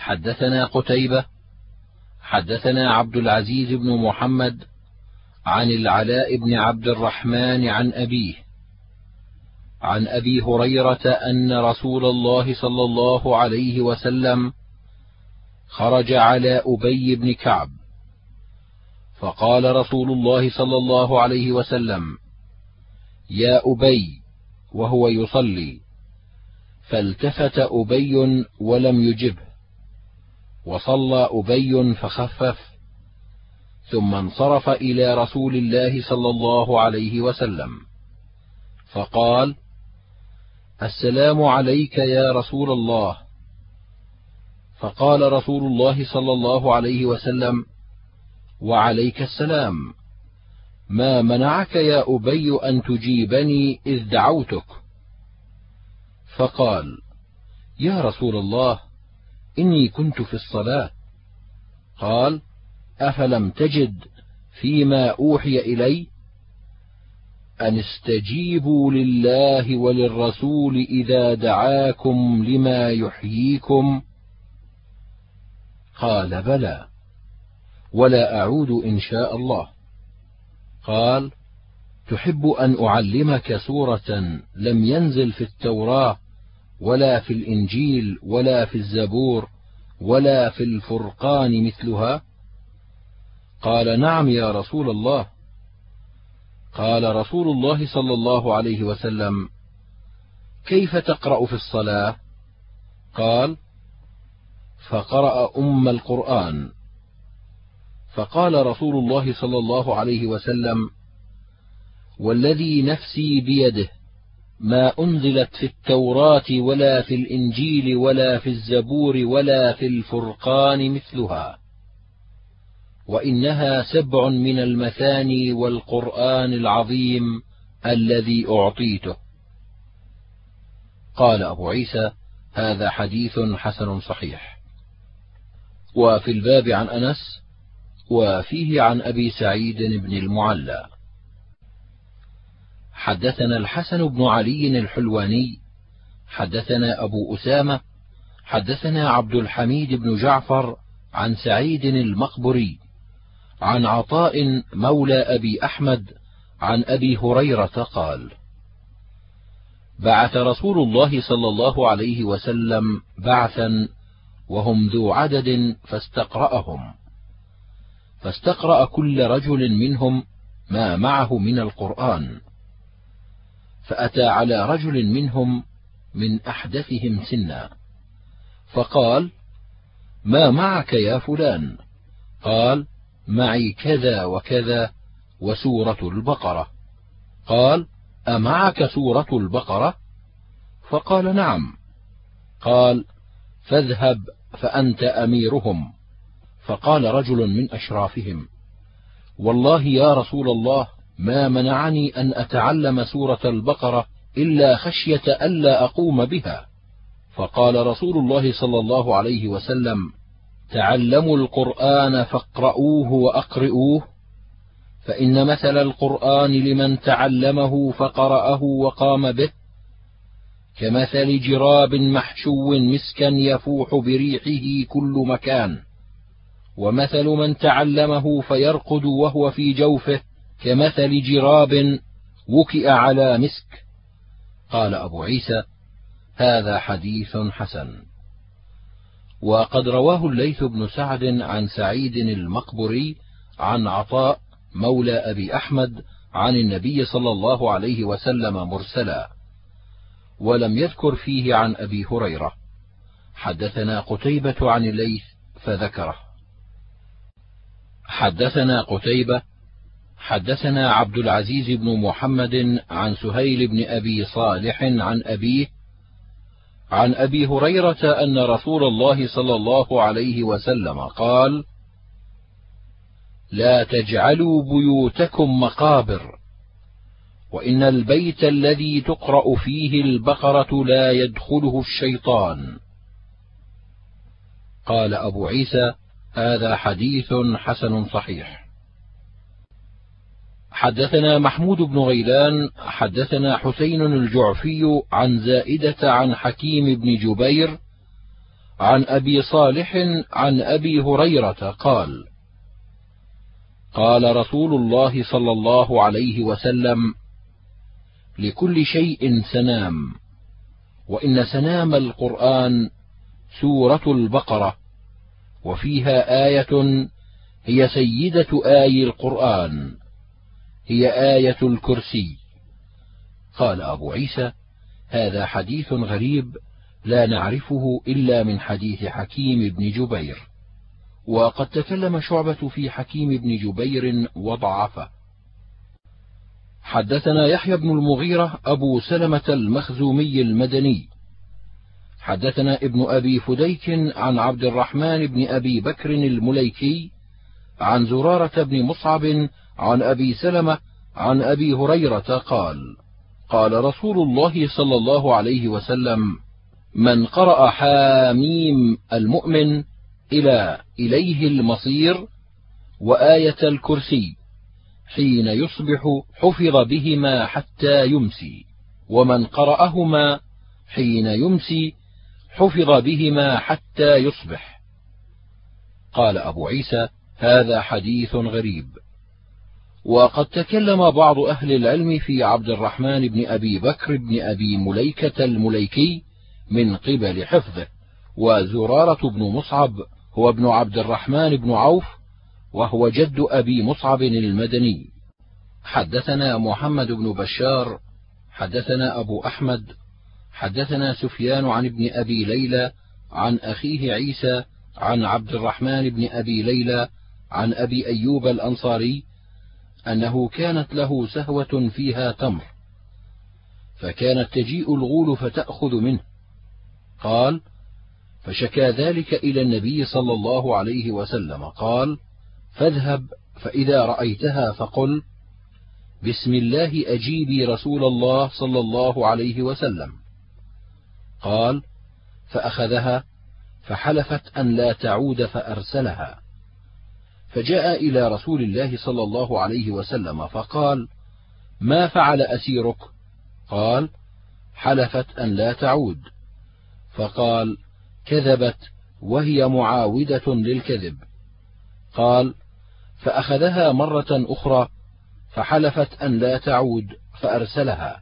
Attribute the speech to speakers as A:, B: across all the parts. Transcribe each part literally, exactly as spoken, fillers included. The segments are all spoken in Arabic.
A: حدثنا قتيبة حدثنا عبد العزيز بن محمد عن العلاء بن عبد الرحمن عن أبيه عن أبي هريرة أن رسول الله صلى الله عليه وسلم خرج على أبي بن كعب، فقال رسول الله صلى الله عليه وسلم: يا أبي، وهو يصلي، فالتفت أبي ولم يجبه، وصلى أبي فخفف، ثم انصرف إلى رسول الله صلى الله عليه وسلم فقال: السلام عليك يا رسول الله. فقال رسول الله صلى الله عليه وسلم: وعليك السلام، ما منعك يا أبي أن تجيبني إذ دعوتك؟ فقال: يا رسول الله، إني كنت في الصلاة. قال: أفلم تجد فيما أوحي إلي أن استجيبوا لله وللرسول إذا دعاكم لما يحييكم؟ قال: بلى، ولا أعود إن شاء الله. قال: تحب أن أعلمك سورة لم ينزل في التوراة ولا في الإنجيل ولا في الزبور ولا في الفرقان مثلها؟ قال: نعم يا رسول الله. قال رسول الله صلى الله عليه وسلم: كيف تقرأ في الصلاة؟ قال: فقرأ أم القرآن. فقال رسول الله صلى الله عليه وسلم: والذي نفسي بيده، ما أنزلت في التوراة ولا في الإنجيل ولا في الزبور ولا في الفرقان مثلها، وإنها سبع من المثاني والقرآن العظيم الذي أعطيته. قال أبو عيسى: هذا حديث حسن صحيح. وفي الباب عن أنس، وفيه عن أبي سعيد بن المعلى. حدثنا الحسن بن علي الحلواني حدثنا أبو أسامة حدثنا عبد الحميد بن جعفر عن سعيد المقبري عن عطاء مولى أبي أحمد عن أبي هريرة قال: بعث رسول الله صلى الله عليه وسلم بعثا وهم ذو عدد فاستقرأهم، فاستقرأ كل رجل منهم ما معه من القرآن، فأتى على رجل منهم من أحدثهم سنا فقال: ما معك يا فلان؟ قال: معي كذا وكذا وسورة البقرة. قال: أمعك سورة البقرة؟ فقال: نعم. قال: فاذهب فأنت أميرهم. فقال رجل من أشرافهم: والله يا رسول الله، ما منعني أن أتعلم سورة البقرة إلا خشية ألا أقوم بها. فقال رسول الله صلى الله عليه وسلم: تعلموا القرآن فاقرؤوه وأقرئوه، فإن مثل القرآن لمن تعلمه فقرأه وقام به كمثل جراب محشو مسكا يفوح بريحه كل مكان، ومثل من تعلمه فيرقد وهو في جوفه كمثل جراب وكئ على مسك. قال أبو عيسى: هذا حديث حسن. وقد رواه الليث بن سعد عن سعيد المقبري عن عطاء مولى أبي أحمد عن النبي صلى الله عليه وسلم مرسلا، ولم يذكر فيه عن أبي هريرة. حدثنا قتيبة عن الليث فذكره. حدثنا قتيبة حدثنا عبد العزيز بن محمد عن سهيل بن أبي صالح عن أبيه عن أبي هريرة أن رسول الله صلى الله عليه وسلم قال: لا تجعلوا بيوتكم مقابر، وإن البيت الذي تقرأ فيه البقرة لا يدخله الشيطان. قال أبو عيسى: هذا حديث حسن صحيح. حدثنا محمود بن غيلان حدثنا حسين الجعفي عن زائدة عن حكيم بن جبير عن أبي صالح عن أبي هريرة قال: قال رسول الله صلى الله عليه وسلم: لكل شيء سنام، وإن سنام القرآن سورة البقرة، وفيها آية هي سيدة آي القرآن، هي آية الكرسي. قال أبو عيسى: هذا حديث غريب لا نعرفه إلا من حديث حكيم بن جبير. وقد تكلم شعبة في حكيم بن جبير وضعفه. حدثنا يحيى بن المغيرة أبو سلمة المخزومي المدني حدثنا ابن أبي فديك عن عبد الرحمن بن أبي بكر المليكي عن زرارة بن مصعب عن أبي سلمة عن أبي هريرة قال: قال رسول الله صلى الله عليه وسلم: من قرأ حاميم المؤمن إلى إليه المصير وآية الكرسي حين يصبح حفظ بهما حتى يمسي، ومن قرأهما حين يمسي حفظ بهما حتى يصبح. قال أبو عيسى: هذا حديث غريب. وقد تكلم بعض أهل العلم في عبد الرحمن بن أبي بكر بن أبي مليكة المليكي من قبل حفظه، وزرارة بن مصعب هو ابن عبد الرحمن بن عوف، وهو جد أبي مصعب المدني. حدثنا محمد بن بشار حدثنا أبو أحمد حدثنا سفيان عن ابن أبي ليلى عن أخيه عيسى عن عبد الرحمن بن أبي ليلى عن أبي أيوب الأنصاري أنه كانت له سهوة فيها تمر، فكانت تجيء الغول فتأخذ منه. قال: فشكى ذلك إلى النبي صلى الله عليه وسلم، قال: فاذهب فإذا رأيتها فقل: بسم الله أجيبي رسول الله صلى الله عليه وسلم. قال: فأخذها فحلفت أن لا تعود فأرسلها، فجاء إلى رسول الله صلى الله عليه وسلم فقال: ما فعل أسيرك؟ قال: حلفت أن لا تعود. فقال: كذبت وهي معاودة للكذب. قال: فأخذها مرة أخرى فحلفت أن لا تعود فأرسلها،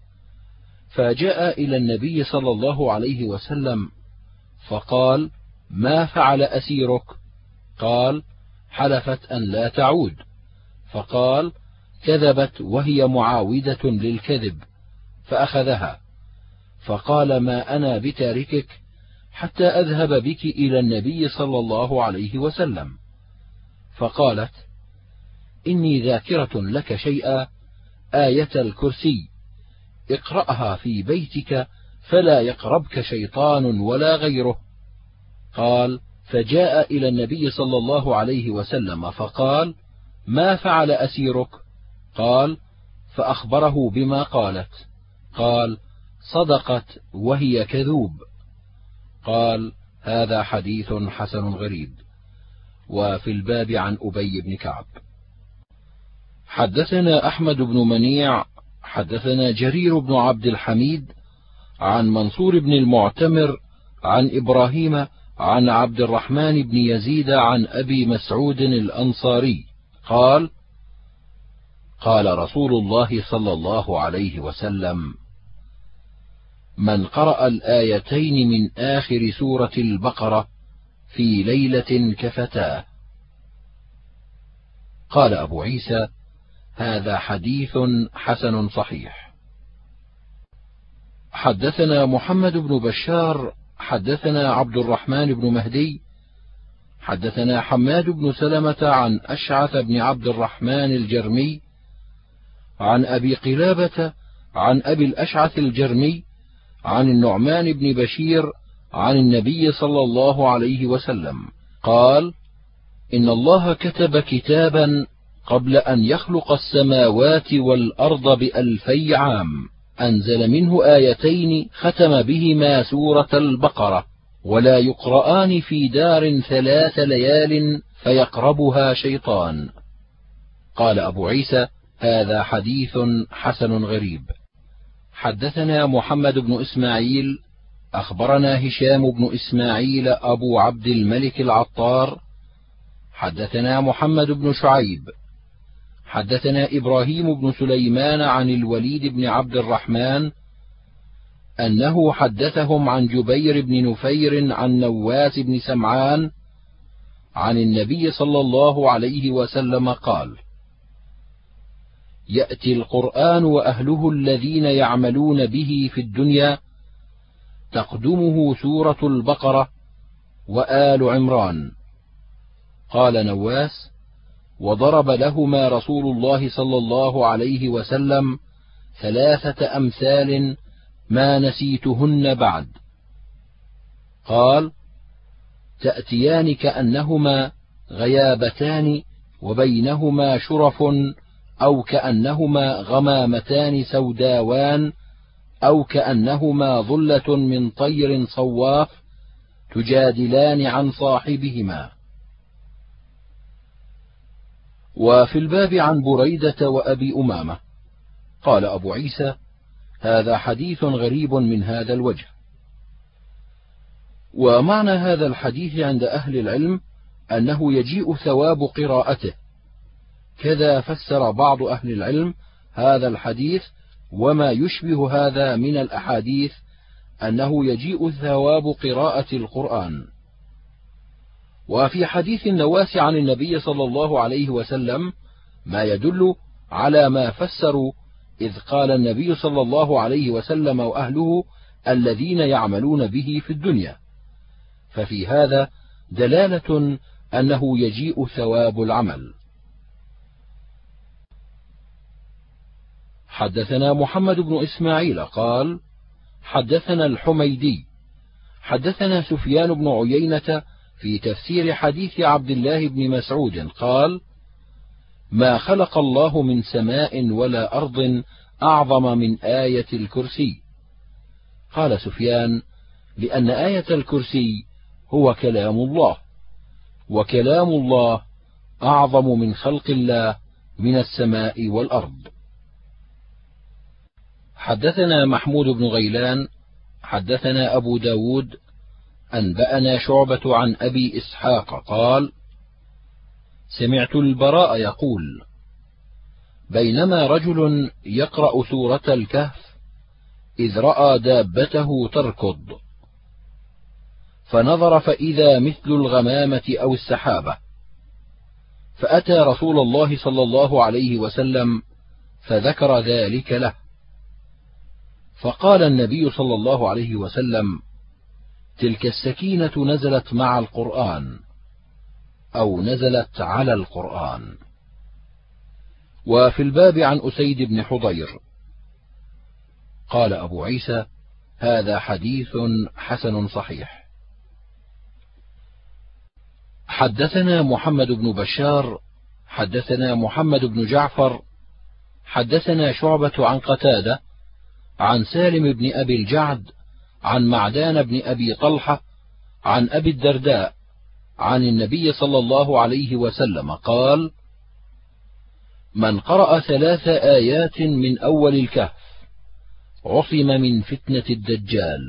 A: فجاء إلى النبي صلى الله عليه وسلم فقال: ما فعل أسيرك؟ قال: حلفت أن لا تعود. فقال: كذبت وهي معاودة للكذب، فأخذها. فقال: ما أنا بتاركك حتى أذهب بك إلى النبي صلى الله عليه وسلم. فقالت: إني ذاكرة لك شيئا، آية الكرسي، اقرأها في بيتك فلا يقربك شيطان ولا غيره. قال: فجاء إلى النبي صلى الله عليه وسلم فقال: ما فعل أسيرك؟ قال: فأخبره بما قالت. قال: صدقت وهي كذوب. قال: هذا حديث حسن غريب. وفي الباب عن أبي بن كعب. حدثنا أحمد بن منيع حدثنا جرير بن عبد الحميد عن منصور بن المعتمر عن إبراهيم عن عبد الرحمن بن يزيد عن أبي مسعود الأنصاري قال: قال رسول الله صلى الله عليه وسلم: من قرأ الآيتين من آخر سورة البقرة في ليلة كفتاه. قال أبو عيسى: هذا حديث حسن صحيح. حدثنا محمد بن بشار حدثنا عبد الرحمن بن مهدي حدثنا حماد بن سلمة عن أشعث بن عبد الرحمن الجرمي عن أبي قلابة عن أبي الأشعث الجرمي عن النعمان بن بشير عن النبي صلى الله عليه وسلم قال: إن الله كتب كتابا قبل أن يخلق السماوات والأرض بألفي عام، أنزل منه آيتين ختم بهما سورة البقرة، ولا يقرآن في دار ثلاث ليال فيقربها شيطان. قال أبو عيسى: هذا حديث حسن غريب. حدثنا محمد بن إسماعيل أخبرنا هشام بن إسماعيل أبو عبد الملك العطار حدثنا محمد بن شعيب حدثنا إبراهيم بن سليمان عن الوليد بن عبد الرحمن أنه حدثهم عن جبير بن نفير عن نواس بن سمعان عن النبي صلى الله عليه وسلم قال: يأتي القرآن وأهله الذين يعملون به في الدنيا تقدمه سورة البقرة وآل عمران. قال نواس: وضرب لهما رسول الله صلى الله عليه وسلم ثلاثة أمثال ما نسيتهن بعد. قال: تأتيان كأنهما غيابتان وبينهما شرف، أو كأنهما غمامتان سوداوان، أو كأنهما ظلة من طير صواف تجادلان عن صاحبهما. وفي الباب عن بريدة وأبي أمامة. قال أبو عيسى: هذا حديث غريب من هذا الوجه. ومعنى هذا الحديث عند أهل العلم أنه يجيء ثواب قراءته، كذا فسر بعض أهل العلم هذا الحديث وما يشبه هذا من الأحاديث أنه يجيء ثواب قراءة القرآن. وفي حديث النواس عن النبي صلى الله عليه وسلم ما يدل على ما فسروا، إذ قال النبي صلى الله عليه وسلم وأهله الذين يعملون به في الدنيا، ففي هذا دلالة أنه يجيء ثواب العمل. حدثنا محمد بن إسماعيل قال: حدثنا الحميدي حدثنا سفيان بن عيينة في تفسير حديث عبد الله بن مسعود قال: ما خلق الله من سماء ولا أرض أعظم من آية الكرسي. قال سفيان: لأن آية الكرسي هو كلام الله، وكلام الله أعظم من خلق الله من السماء والأرض. حدثنا محمود بن غيلان حدثنا أبو داود أنبأنا شعبة عن أبي إسحاق قال: سمعت البراء يقول: بينما رجل يقرأ سورة الكهف إذ رأى دابته تركض، فنظر فإذا مثل الغمامة أو السحابة، فأتى رسول الله صلى الله عليه وسلم فذكر ذلك له، فقال النبي صلى الله عليه وسلم: تلك السكينة نزلت مع القرآن، أو نزلت على القرآن. وفي الباب عن أسيد بن حضير. قال أبو عيسى: هذا حديث حسن صحيح. حدثنا محمد بن بشار حدثنا محمد بن جعفر حدثنا شعبة عن قتادة عن سالم بن أبي الجعد عن معدان بن أبي طلحة عن أبي الدرداء عن النبي صلى الله عليه وسلم قال: من قرأ ثلاث آيات من أول الكهف عصم من فتنة الدجال.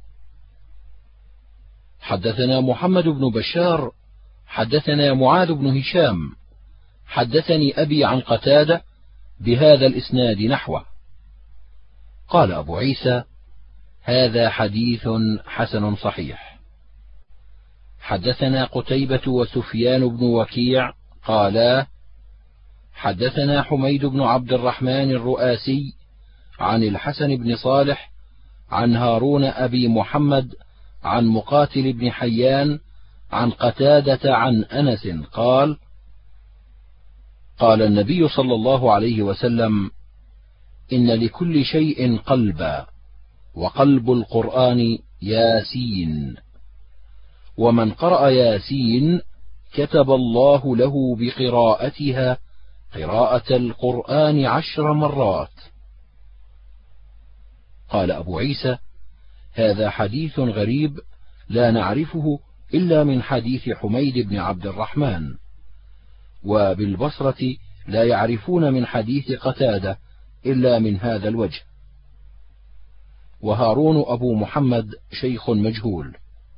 A: حدثنا محمد بن بشار حدثنا معاذ بن هشام حدثني أبي عن قتادة بهذا الإسناد نحوه. قال أبو عيسى: هذا حديث حسن صحيح. حدثنا قتيبة وسفيان بن وكيع قالا: حدثنا حميد بن عبد الرحمن الرؤاسي عن الحسن بن صالح عن هارون أبي محمد عن مقاتل بن حيان عن قتادة عن أنس قال: قال النبي صلى الله عليه وسلم: إن لكل شيء قلبا، وقلب القرآن ياسين، ومن قرأ ياسين كتب الله له بقراءتها قراءة القرآن عشر مرات. قال أبو عيسى: هذا حديث غريب لا نعرفه إلا من حديث حميد بن عبد الرحمن، وبالبصرة لا يعرفون من حديث قتادة إلا من هذا الوجه. وهارون أبو محمد شيخ مجهول.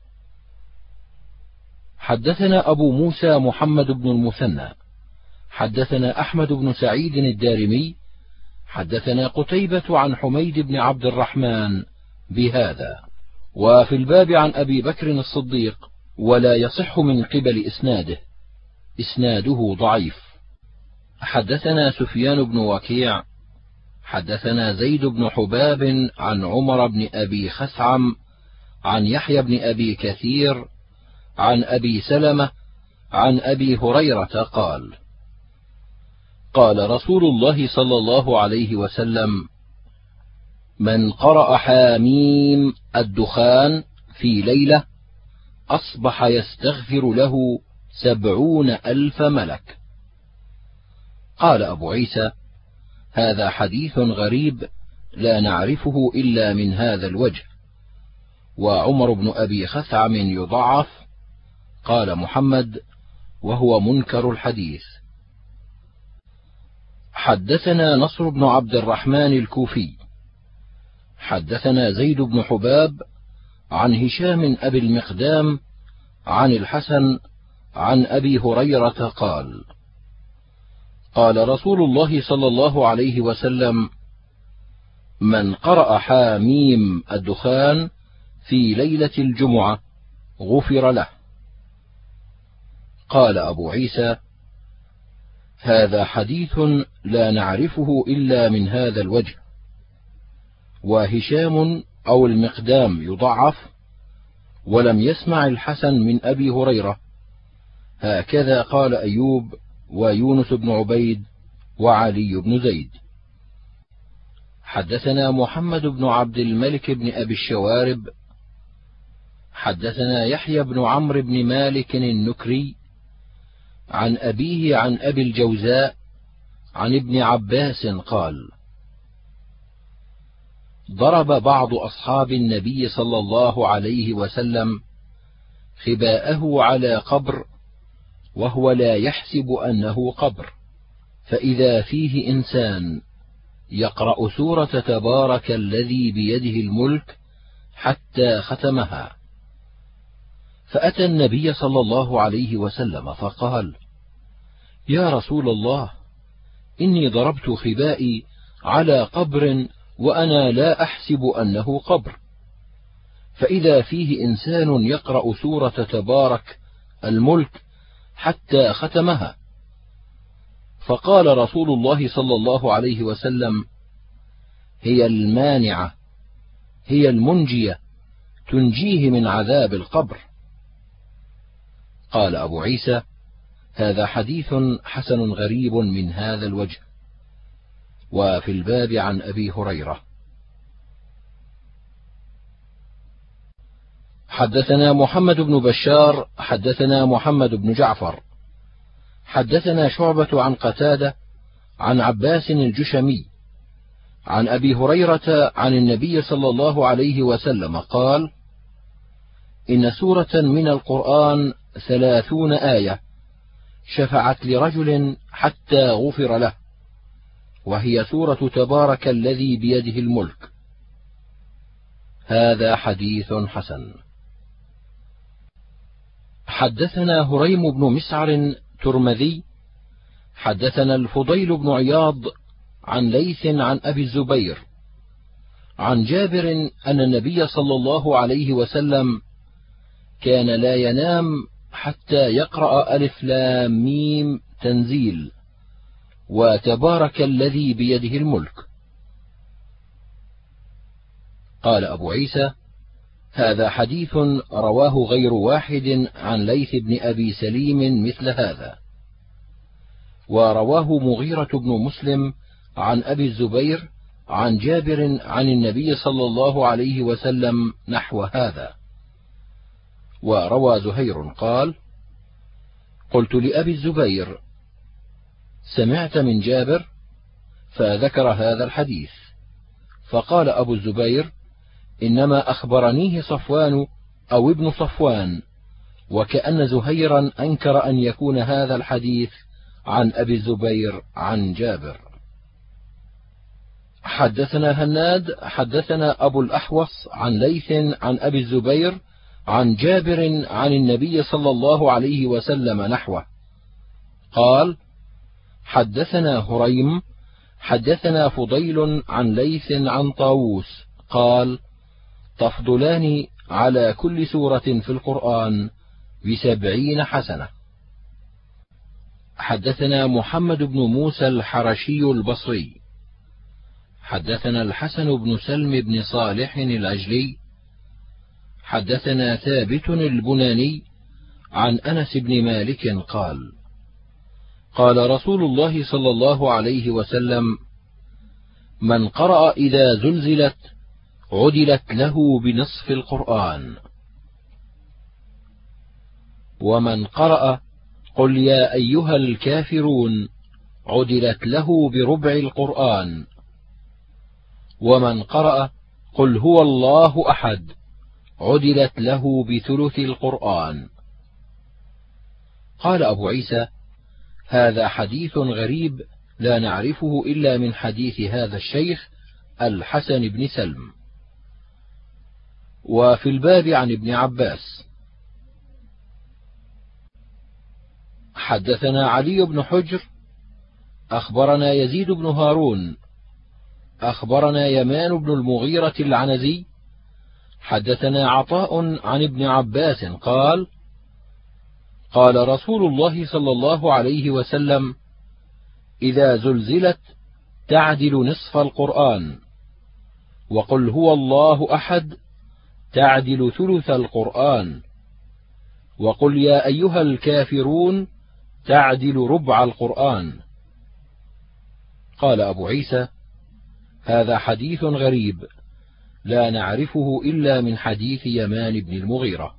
A: حدثنا أبو موسى محمد بن المثنى حدثنا أحمد بن سعيد الدارمي حدثنا قتيبة عن حميد بن عبد الرحمن بهذا. وفي الباب عن أبي بكر الصديق ولا يصح من قبل إسناده، إسناده ضعيف. حدثنا سفيان بن وكيع حدثنا زيد بن حباب عن عمر بن أبي خثعم عن يحيى بن أبي كثير عن أبي سلمة عن أبي هريرة قال: قال رسول الله صلى الله عليه وسلم: من قرأ حاميم الدخان في ليلة أصبح يستغفر له سبعون ألف ملك. قال أبو عيسى: هذا حديث غريب لا نعرفه إلا من هذا الوجه، وعمر بن أبي خثعم يضعف. قال محمد: وهو منكر الحديث. حدثنا نصر بن عبد الرحمن الكوفي حدثنا زيد بن حباب عن هشام أبي المقدام عن الحسن عن أبي هريرة قال: قال رسول الله صلى الله عليه وسلم: من قرأ حاميم الدخان في ليلة الجمعة غفر له. قال أبو عيسى: هذا حديث لا نعرفه إلا من هذا الوجه، وهشام أو المقدام يضعف، ولم يسمع الحسن من أبي هريرة. هكذا قال أيوب ويونس بن عبيد وعلي بن زيد. حدثنا محمد بن عبد الملك بن أبي الشوارب حدثنا يحيى بن عمرو بن مالك النكري عن أبيه عن أبي الجوزاء عن ابن عباس قال: ضرب بعض أصحاب النبي صلى الله عليه وسلم خباءه على قبر وهو لا يحسب أنه قبر، فإذا فيه إنسان يقرأ سورة تبارك الذي بيده الملك حتى ختمها، فأتى النبي صلى الله عليه وسلم فقال: يا رسول الله، إني ضربت خبائي على قبر وأنا لا أحسب أنه قبر، فإذا فيه إنسان يقرأ سورة تبارك الملك حتى ختمها. فقال رسول الله صلى الله عليه وسلم: هي المانعة، هي المنجية، تنجيه من عذاب القبر. قال أبو عيسى: هذا حديث حسن غريب من هذا الوجه. وفي الباب عن أبي هريرة. حدثنا محمد بن بشار حدثنا محمد بن جعفر حدثنا شعبة عن قتادة عن عباس الجشمي عن أبي هريرة عن النبي صلى الله عليه وسلم قال: إن سورة من القرآن ثلاثون آية شفعت لرجل حتى غفر له، وهي سورة تبارك الذي بيده الملك. هذا حديث حسن. حدثنا هريم بن مسعر ترمذي حدثنا الفضيل بن عياض عن ليث عن أبي الزبير عن جابر أن النبي صلى الله عليه وسلم كان لا ينام حتى يقرأ ألف لام ميم تنزيل وتبارك الذي بيده الملك. قال أبو عيسى: هذا حديث رواه غير واحد عن ليث بن أبي سليم مثل هذا، ورواه مغيرة بن مسلم عن أبي الزبير عن جابر عن النبي صلى الله عليه وسلم نحو هذا. وروى زهير قال: قلت لأبي الزبير: سمعت من جابر؟ فذكر هذا الحديث، فقال أبو الزبير: إنما أخبرنيه صفوان أو ابن صفوان، وكأن زهيرا أنكر أن يكون هذا الحديث عن أبي الزبير عن جابر. حدثنا هناد حدثنا أبو الأحوص عن ليث عن أبي الزبير عن جابر عن النبي صلى الله عليه وسلم نحوه قال: حدثنا هريم حدثنا فضيل عن ليث عن طاووس قال: تفضلان على كل سورة في القرآن بسبعين حسنة. حدثنا محمد بن موسى الحرشي البصري حدثنا الحسن بن سلم بن صالح العجلي حدثنا ثابت البناني عن أنس بن مالك قال: قال رسول الله صلى الله عليه وسلم: من قرأ إذا زلزلت عدلت له بنصف القرآن، ومن قرأ قل يا أيها الكافرون عدلت له بربع القرآن، ومن قرأ قل هو الله أحد عدلت له بثلث القرآن. قال أبو عيسى: هذا حديث غريب لا نعرفه إلا من حديث هذا الشيخ الحسن بن سلم. وفي الباب عن ابن عباس. حدثنا علي بن حجر أخبرنا يزيد بن هارون أخبرنا يمان بن المغيرة العنزي حدثنا عطاء عن ابن عباس قال: قال رسول الله صلى الله عليه وسلم: إذا زلزلت تعدل نصف القرآن، وقل هو الله أحد تعدل ثلث القرآن، وقل يا أيها الكافرون تعدل ربع القرآن. قال أبو عيسى: هذا حديث غريب لا نعرفه إلا من حديث يمان بن المغيرة.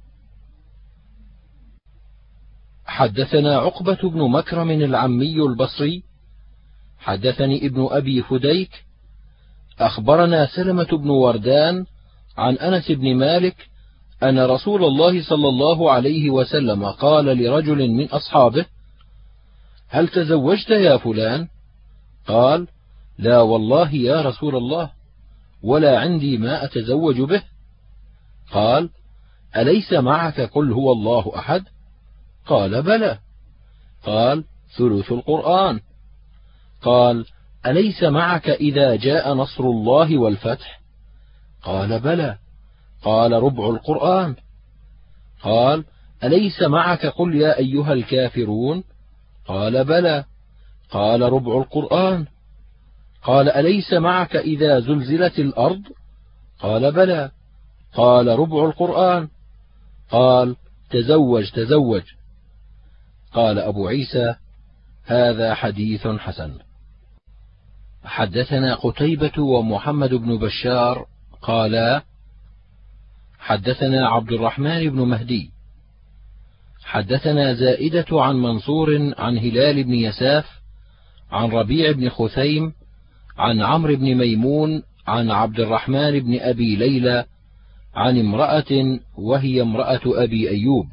A: حدثنا عقبة بن مكرم العمي البصري حدثني ابن أبي فديك أخبرنا سلمة بن وردان عن أنس بن مالك أن رسول الله صلى الله عليه وسلم قال لرجل من أصحابه: هل تزوجت يا فلان؟ قال: لا والله يا رسول الله، ولا عندي ما أتزوج به. قال: أليس معك قل هو الله أحد؟ قال: بلى. قال: ثلث القرآن. قال: أليس معك إذا جاء نصر الله والفتح؟ قال: بلى. قال: ربع القرآن. قال: أليس معك قل يا أيها الكافرون؟ قال: بلى. قال: ربع القرآن. قال: أليس معك إذا زلزلت الأرض؟ قال: بلى. قال: ربع القرآن. قال: تزوج تزوج. قال أبو عيسى: هذا حديث حسن. حدثنا قتيبة ومحمد بن بشار قالا: حدثنا عبد الرحمن بن مهدي حدثنا زائدة عن منصور عن هلال بن يساف عن ربيع بن خثيم عن عمرو بن ميمون عن عبد الرحمن بن أبي ليلى عن امرأة وهي امرأة أبي أيوب.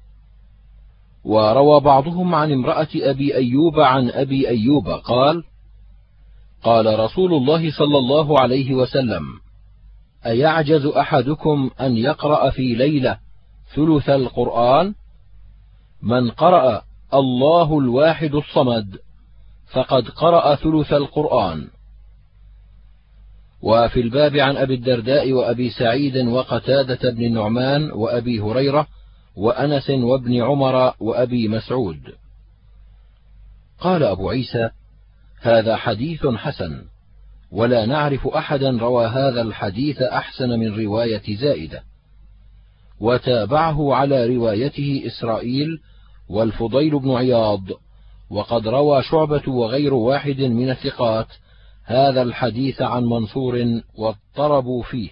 A: وروى بعضهم عن امرأة أبي أيوب عن أبي أيوب قال: قال رسول الله صلى الله عليه وسلم: أيعجز أحدكم أن يقرأ في ليلة ثلث القرآن؟ من قرأ الله الواحد الصمد فقد قرأ ثلث القرآن. وفي الباب عن أبي الدرداء وأبي سعيد وقتادة بن النعمان وأبي هريرة وأنس وابن عمر وأبي مسعود. قال أبو عيسى: هذا حديث حسن، ولا نعرف أحدا روى هذا الحديث أحسن من رواية زائدة. وتابعه على روايته إسرائيل والفضيل بن عياض، وقد روى شعبة وغير واحد من الثقات هذا الحديث عن منصور واضطربوا فيه.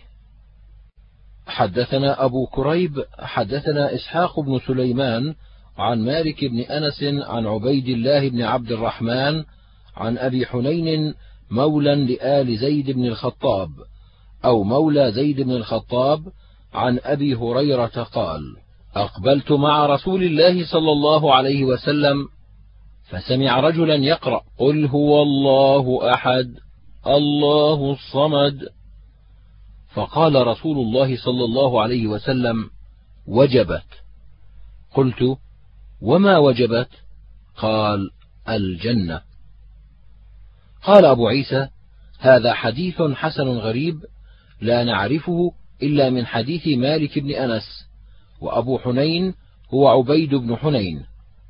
A: حدثنا أبو كريب حدثنا إسحاق بن سليمان عن مالك بن أنس عن عبيد الله بن عبد الرحمن عن أبي حنين مولى لآل زيد بن الخطاب أو مولى زيد بن الخطاب عن أبي هريرة قال: أقبلت مع رسول الله صلى الله عليه وسلم فسمع رجلا يقرأ قل هو الله أحد الله الصمد. فقال رسول الله صلى الله عليه وسلم: وجبت. قلت: وما وجبت؟ قال: الجنة. قال أبو عيسى: هذا حديث حسن غريب لا نعرفه إلا من حديث مالك بن أنس، وأبو حنين هو عبيد بن حنين.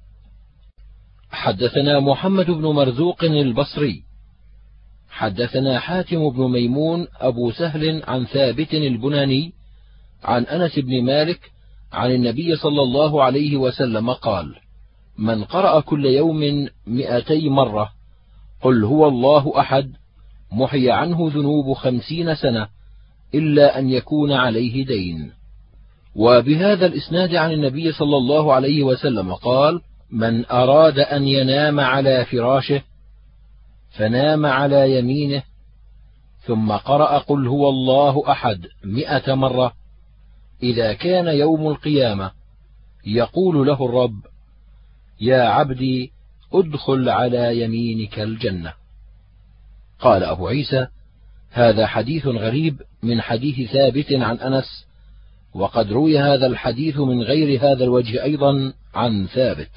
A: حدثنا محمد بن مرزوق البصري حدثنا حاتم بن ميمون أبو سهل عن ثابت البناني عن أنس بن مالك عن النبي صلى الله عليه وسلم قال: من قرأ كل يوم مئتي مرة قل هو الله أحد محي عنه ذنوب خمسين سنة إلا أن يكون عليه دين. وبهذا الإسناد عن النبي صلى الله عليه وسلم قال: من أراد أن ينام على فراشه فنام على يمينه ثم قرأ قل هو الله أحد مئة مرة، إذا كان يوم القيامة يقول له الرب: يا عبدي ادخل على يمينك الجنة. قال أبو عيسى: هذا حديث غريب من حديث ثابت عن أنس، وقد روي هذا الحديث من غير هذا الوجه أيضا عن ثابت.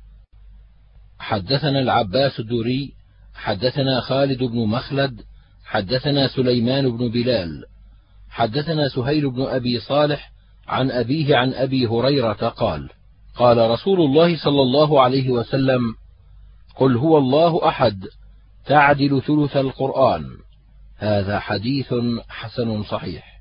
A: حدثنا العباس الدوري حدثنا خالد بن مخلد حدثنا سليمان بن بلال حدثنا سهيل بن أبي صالح عن أبيه عن أبي هريرة قال: قال رسول الله صلى الله عليه وسلم: قل هو الله أحد تعدل ثلث القرآن. هذا حديث حسن صحيح.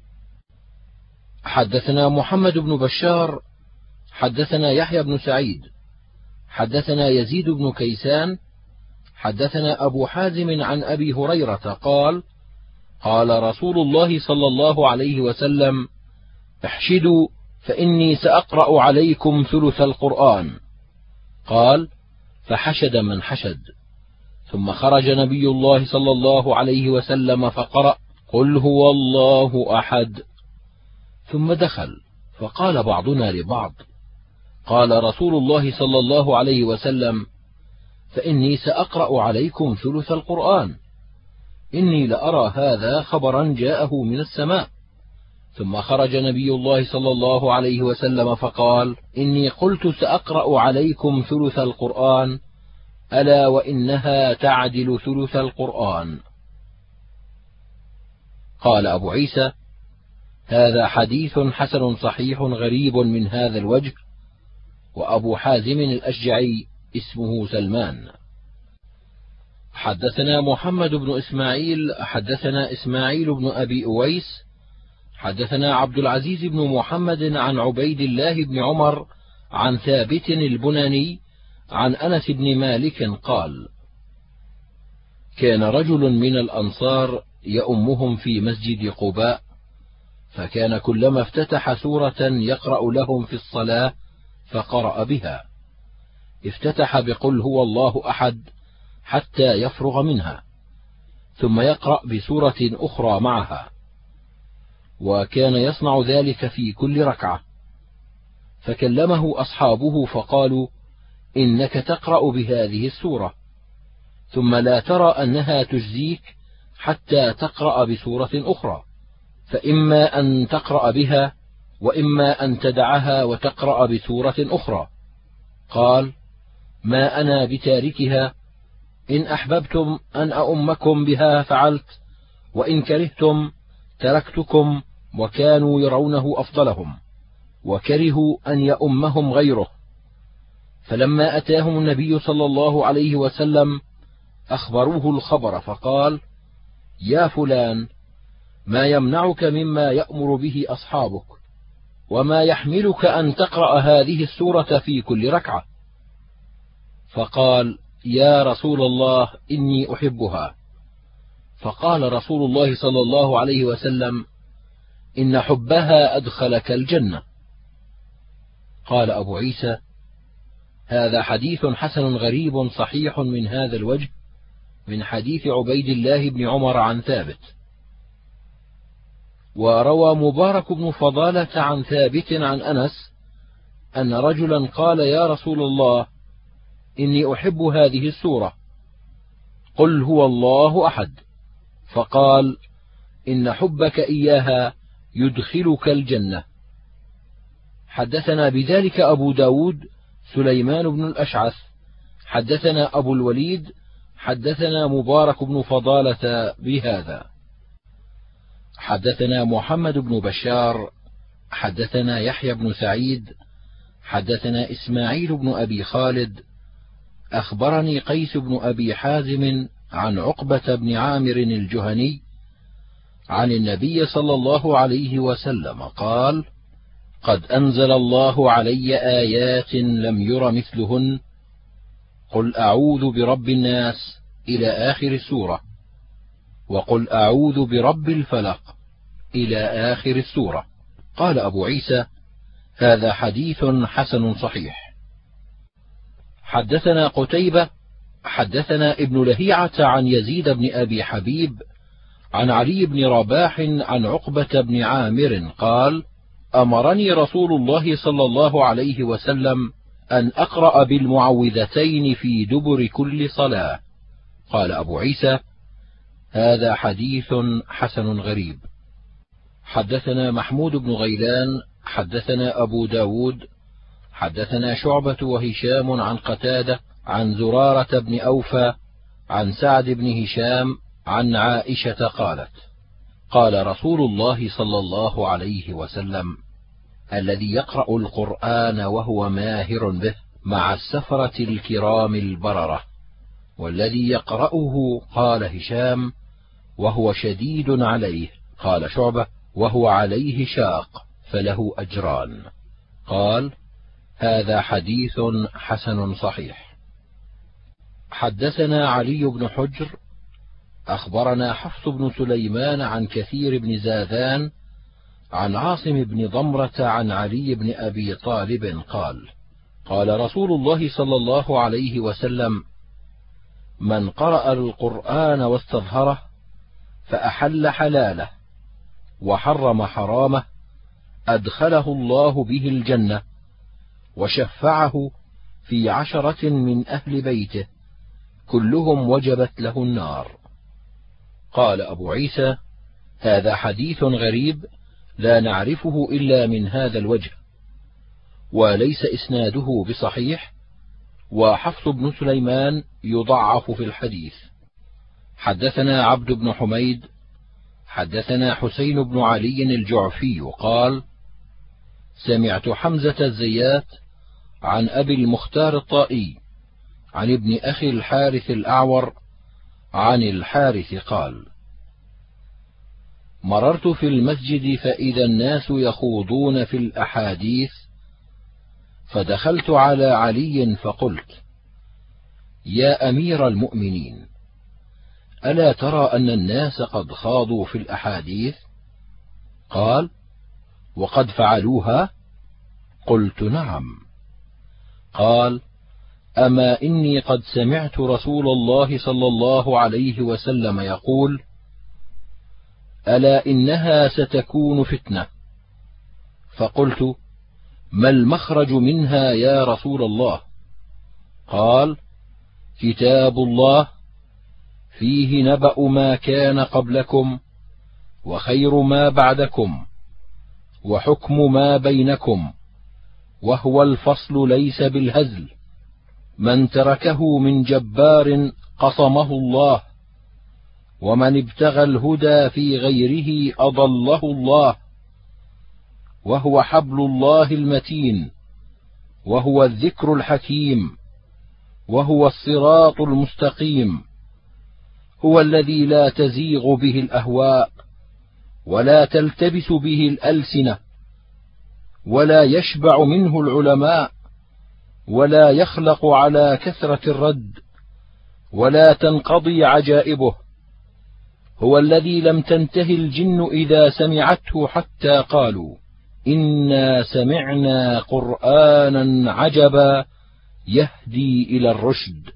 A: حدثنا محمد بن بشار حدثنا يحيى بن سعيد حدثنا يزيد بن كيسان حدثنا أبو حازم عن أبي هريرة قال: قال رسول الله صلى الله عليه وسلم: احشدوا فإني سأقرأ عليكم ثلث القرآن. قال: فحشد من حشد، ثم خرج نبي الله صلى الله عليه وسلم فقرأ: قل هو الله أحد، ثم دخل، فقال بعضنا لبعض: قال رسول الله صلى الله عليه وسلم: فإني سأقرأ عليكم ثلث القرآن، إني لأرى هذا خبرا جاءه من السماء. ثم خرج نبي الله صلى الله عليه وسلم فقال: إني قلت سأقرأ عليكم ثلث القرآن، ألا وإنها تعدل ثلث القرآن. قال أبو عيسى: هذا حديث حسن صحيح غريب من هذا الوجه. وأبو حازم الأشجعي اسمه سلمان. حدثنا محمد بن إسماعيل حدثنا إسماعيل بن أبي أويس حدثنا عبد العزيز بن محمد عن عبيد الله بن عمر عن ثابت البناني عن أنس بن مالك قال: كان رجل من الأنصار يؤمهم في مسجد قباء، فكان كلما افتتح سورة يقرأ لهم في الصلاة فقرأ بها، افتتح بقل هو الله أحد حتى يفرغ منها، ثم يقرأ بسورة أخرى معها، وكان يصنع ذلك في كل ركعة. فكلمه أصحابه فقالوا: إنك تقرأ بهذه السورة، ثم لا ترى أنها تجزيك حتى تقرأ بسورة أخرى، فإما أن تقرأ بها وإما أن تدعها وتقرأ بسورة أخرى. قال: ما أنا بتاركها، إن أحببتم أن أؤمكم بها فعلت، وإن كرهتم تركتكم. وكانوا يرونه أفضلهم، وكرهوا أن يؤمهم غيره. فلما أتاهم النبي صلى الله عليه وسلم أخبروه الخبر، فقال: يا فلان، ما يمنعك مما يأمر به أصحابك، وما يحملك أن تقرأ هذه السورة في كل ركعة؟ فقال: يا رسول الله، إني أحبها. فقال رسول الله صلى الله عليه وسلم: إن حبها أدخلك الجنة. قال أبو عيسى: هذا حديث حسن غريب صحيح من هذا الوجه، من حديث عبيد الله بن عمر عن ثابت. وروى مبارك بن فضالة عن ثابت عن أنس أن رجلا قال: يا رسول الله، إني أحب هذه السورة، قل هو الله أحد، فقال: إن حبك إياها يدخلك الجنة. حدثنا بذلك أبو داود سليمان بن الأشعث حدثنا أبو الوليد حدثنا مبارك بن فضالة بهذا. حدثنا محمد بن بشار حدثنا يحيى بن سعيد حدثنا إسماعيل بن أبي خالد أخبرني قيس بن أبي حازم عن عقبة بن عامر الجهني عن النبي صلى الله عليه وسلم قال: قد أنزل الله علي آيات لم ير مثلهن، قل أعوذ برب الناس إلى آخر السورة، وقل أعوذ برب الفلق إلى آخر السورة. قال أبو عيسى: هذا حديث حسن صحيح. حدثنا قتيبة حدثنا ابن لهيعة عن يزيد بن أبي حبيب عن علي بن رباح عن عقبة بن عامر قال: أمرني رسول الله صلى الله عليه وسلم أن أقرأ بالمعوذتين في دبر كل صلاة. قال أبو عيسى: هذا حديث حسن غريب. حدثنا محمود بن غيلان حدثنا أبو داود حدثنا شعبة وهشام عن قتادة عن زرارة بن أوفى عن سعد بن هشام عن عائشة قالت: قال رسول الله صلى الله عليه وسلم: الذي يقرأ القرآن وهو ماهر به مع السفرة الكرام البررة، والذي يقرأه، قال هشام، وهو شديد عليه، قال شعبة، وهو عليه شاق، فله أجران. قال: هذا حديث حسن صحيح. حدثنا علي بن حجر أخبرنا حفص بن سليمان عن كثير بن زاذان عن عاصم بن ضمرة عن علي بن أبي طالب قال: قال رسول الله صلى الله عليه وسلم: من قرأ القرآن واستظهره فأحل حلاله وحرم حرامه أدخله الله به الجنة وشفعه في عشرة من أهل بيته كلهم وجبت له النار. قال أبو عيسى: هذا حديث غريب لا نعرفه إلا من هذا الوجه، وليس إسناده بصحيح، وحفص بن سليمان يضعف في الحديث. حدثنا عبد بن حميد حدثنا حسين بن علي الجعفي قال: سمعت حمزة الزيات عن أبي المختار الطائي عن ابن أخي الحارث الأعور عن الحارث قال: مررت في المسجد فإذا الناس يخوضون في الأحاديث، فدخلت على علي فقلت: يا أمير المؤمنين، ألا ترى أن الناس قد خاضوا في الأحاديث؟ قال: وقد فعلوها؟ قلت: نعم. قال: أما إني قد سمعت رسول الله صلى الله عليه وسلم يقول: ألا إنها ستكون فتنة. فقلت: ما المخرج منها يا رسول الله؟ قال: كتاب الله فيه نبأ ما كان قبلكم وخير ما بعدكم وحكم ما بينكم، وهو الفصل ليس بالهزل، من تركه من جبار قصمه الله، ومن ابتغى الهدى في غيره أضله الله، وهو حبل الله المتين، وهو الذكر الحكيم، وهو الصراط المستقيم، هو الذي لا تزيغ به الأهواء ولا تلتبس به الألسنة ولا يشبع منه العلماء ولا يخلق على كثرة الرد ولا تنقضي عجائبه، هو الذي لم تنته الجن إذا سمعته حتى قالوا: إنا سمعنا قرآنا عجبا يهدي إلى الرشد.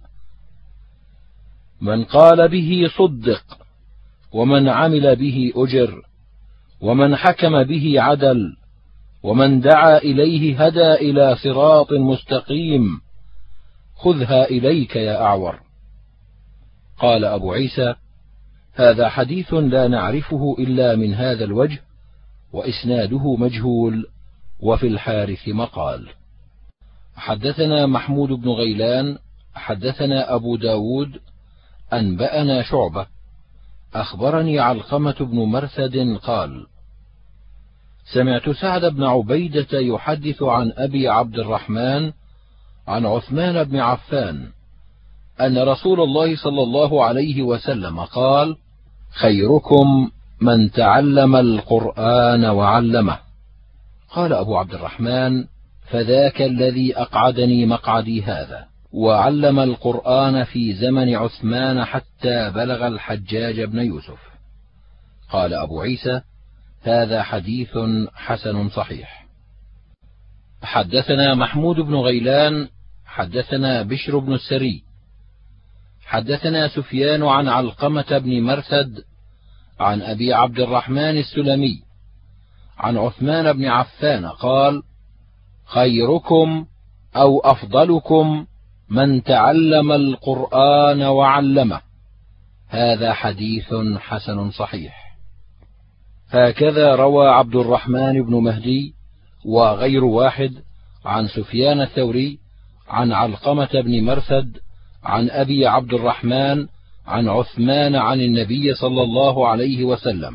A: من قال به صدق، ومن عمل به أجر، ومن حكم به عدل، ومن دعا إليه هدى إلى صراط مستقيم. خذها إليك يا أعور. قال أبو عيسى: هذا حديث لا نعرفه إلا من هذا الوجه، وإسناده مجهول، وفي الحارث مقال. حدثنا محمود بن غيلان حدثنا أبو داود أنبأنا شعبة أخبرني علقمة بن مرثد قال: سمعت سعد بن عبيدة يحدث عن أبي عبد الرحمن عن عثمان بن عفان أن رسول الله صلى الله عليه وسلم قال: خيركم من تعلم القرآن وعلمه. قال أبو عبد الرحمن: فذاك الذي أقعدني مقعدي هذا، وعلم القرآن في زمن عثمان حتى بلغ الحجاج بن يوسف. قال أبو عيسى: هذا حديث حسن صحيح. حدثنا محمود بن غيلان حدثنا بشر بن السري حدثنا سفيان عن علقمة بن مرثد عن أبي عبد الرحمن السلمي عن عثمان بن عفان قال: خيركم أو أفضلكم من تعلم القرآن وعلمه. هذا حديث حسن صحيح. هكذا روى عبد الرحمن بن مهدي وغير واحد عن سفيان الثوري عن علقمة بن مرثد عن أبي عبد الرحمن عن عثمان عن النبي صلى الله عليه وسلم،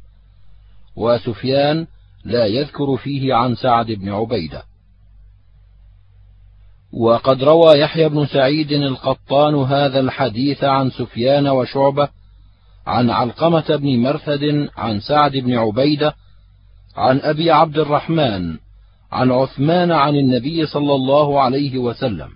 A: وسفيان لا يذكر فيه عن سعد بن عبيدة. وقد روى يحيى بن سعيد القطان هذا الحديث عن سفيان وشعبة عن علقمة بن مرثد عن سعد بن عبيدة عن أبي عبد الرحمن عن عثمان عن النبي صلى الله عليه وسلم.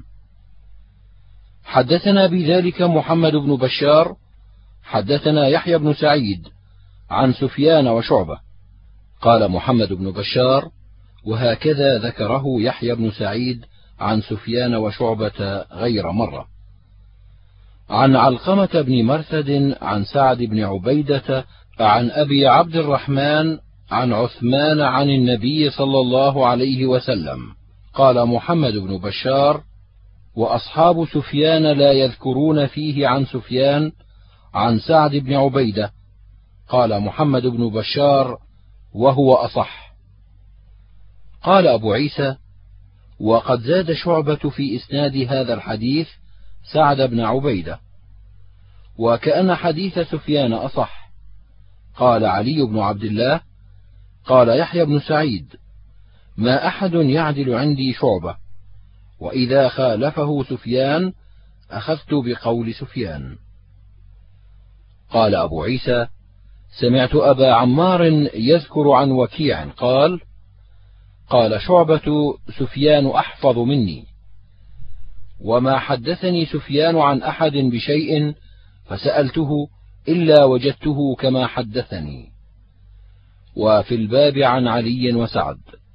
A: حدثنا بذلك محمد بن بشار حدثنا يحيى بن سعيد عن سفيان وشعبة. قال محمد بن بشار: وهكذا ذكره يحيى بن سعيد عن سفيان وشعبة غير مرة. عن علقمة بن مرثد عن سعد بن عبيدة عن أبي عبد الرحمن عن عثمان عن النبي صلى الله عليه وسلم. قال محمد بن بشار: وأصحاب سفيان لا يذكرون فيه عن سفيان عن سعد بن عبيدة. قال محمد بن بشار: وهو أصح. قال أبو عيسى: وقد زاد شعبة في إسناد هذا الحديث سعد بن عبيدة، وكأن حديث سفيان أصح. قال علي بن عبد الله: قال يحيى بن سعيد: ما أحد يعدل عندي شعبة، وإذا خالفه سفيان أخذت بقول سفيان. قال أبو عيسى: سمعت أبا عمار يذكر عن وكيع قال: قال شعبة: سفيان أحفظ مني، وما حدثني سفيان عن أحد بشيء فسألته إلا وجدته كما حدثني. وفي الباب عن علي وسعد.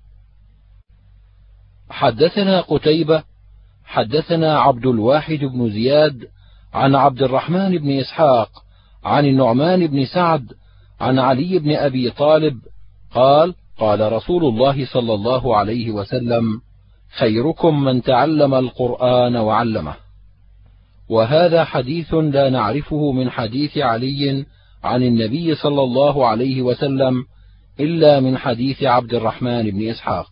A: حدثنا قتيبة حدثنا عبد الواحد بن زياد عن عبد الرحمن بن إسحاق عن النعمان بن سعد عن علي بن أبي طالب قال: قال رسول الله صلى الله عليه وسلم: خيركم من تعلم القرآن وعلمه. وهذا حديث لا نعرفه من حديث علي عن النبي صلى الله عليه وسلم إلا من حديث عبد الرحمن بن إسحاق.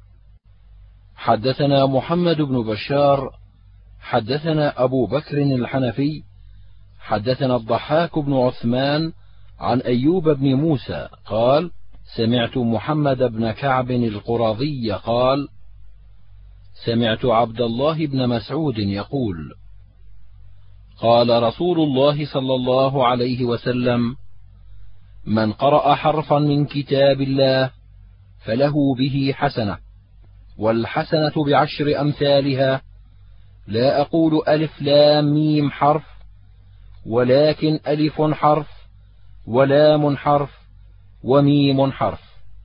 A: حدثنا محمد بن بشار حدثنا أبو بكر الحنفي حدثنا الضحاك بن عثمان عن أيوب بن موسى قال: سمعت محمد بن كعب القرظي قال: سمعت عبد الله بن مسعود يقول: قال رسول الله صلى الله عليه وسلم: من قرأ حرفا من كتاب الله فله به حسنة، والحسنة بعشر أمثالها، لا أقول ألف لام ميم حرف، ولكن ألف حرف ولام حرف وميم حرف.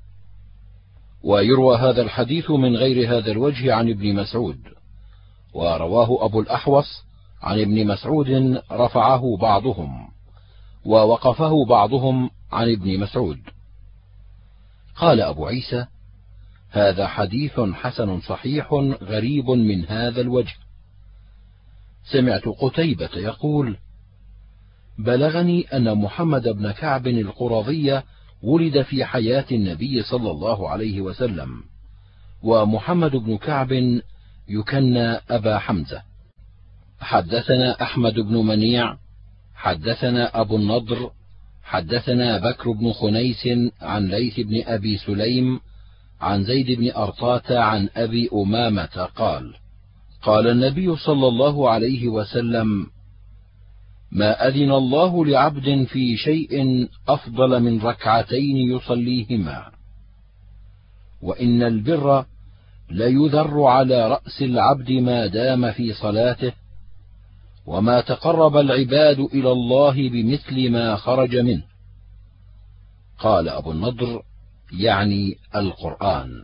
A: ويروى هذا الحديث من غير هذا الوجه عن ابن مسعود، ورواه أبو الأحوص عن ابن مسعود رفعه بعضهم، ووقفه بعضهم عن ابن مسعود. قال أبو عيسى: هذا حديث حسن صحيح غريب من هذا الوجه. سمعت قتيبة يقول: بلغني أن محمد بن كعب القرظي ولد في حياة النبي صلى الله عليه وسلم، ومحمد بن كعب يكنى أبا حمزة. حدثنا أحمد بن منيع حدثنا أبو النضر حدثنا بكر بن خنيس عن ليث بن أبي سليم عن زيد بن أرطاة عن أبي أمامة قال: قال النبي صلى الله عليه وسلم: ما أذن الله لعبد في شيء أفضل من ركعتين يصليهما، وإن البر ليذر على رأس العبد ما دام في صلاته، وما تقرب العباد إلى الله بمثل ما خرج منه. قال أبو النضر: يعني القرآن.